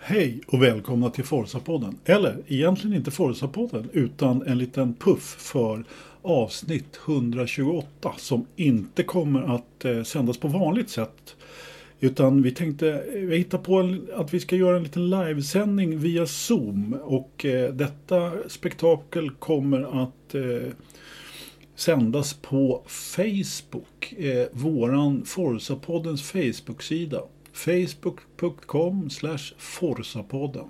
Hej och välkomna till Forza-podden. Eller egentligen inte Forza-podden utan en liten puff för avsnitt 128 som inte kommer att sändas på vanligt sätt. Utan vi hittar på att vi ska göra en liten livesändning via Zoom. Och detta spektakel kommer att sändas på Facebook. Våran Forza-poddens Facebook-sida. Facebook.com/Forsapodden.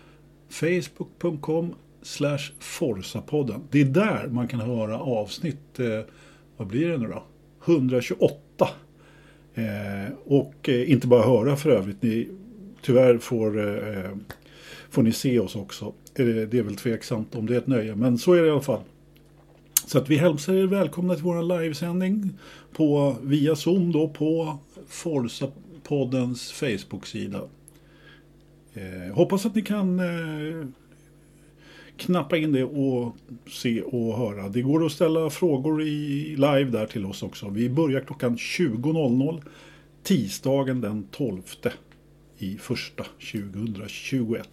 Facebook.com/Forsapodden. Det är där man kan höra avsnitt, vad blir det nu då? 128. Och inte bara höra för övrigt. Tyvärr får ni se oss också. Det är väl tveksamt om det är ett nöje. Men så är det i alla fall. Så att vi hälsar er välkomna till vår livesändning via Zoom då på Forza-poddens Facebook-sida. Hoppas att ni kan knappa in det och se och höra. Det går att ställa frågor i live där till oss också. Vi börjar klockan 20.00 tisdagen den 12/1/2021.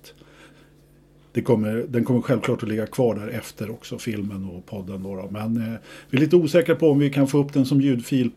Den kommer självklart att ligga kvar där efter också, filmen och podden då. Men vi är lite osäkra på om vi kan få upp den som ljudfil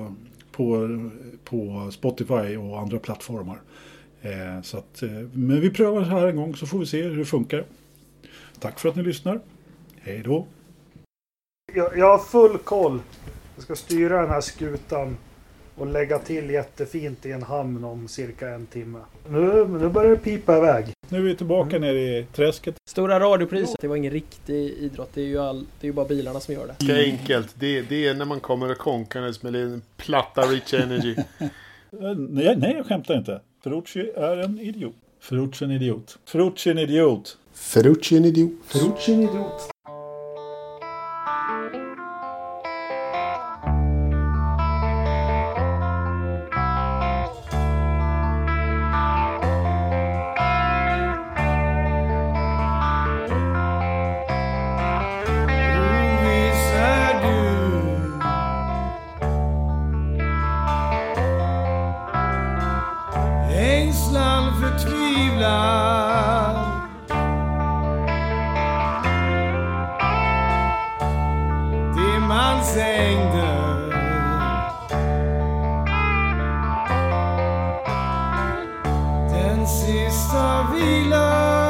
på Spotify och andra plattformar. Men vi prövar här en gång så får vi se hur det funkar. Tack för att ni lyssnar. Hej då. Jag har full koll. Jag ska styra den här skutan och lägga till jättefint i en hamn om cirka 1 timme. Nu börjar det pipa iväg. Nu är vi tillbaka nere i träsket. Stora radiopriset. Det var ingen riktig idrott. Det är ju bara bilarna som gör det. Det är enkelt. Det är när man kommer och konkandes med en platta Rich Energy. Nej, jag skämtar inte. Ferrucci är en idiot. Ferrucci är en idiot. Ferrucci är en idiot. Ferrucci är en idiot. Ferrucci är en idiot. Den sista vila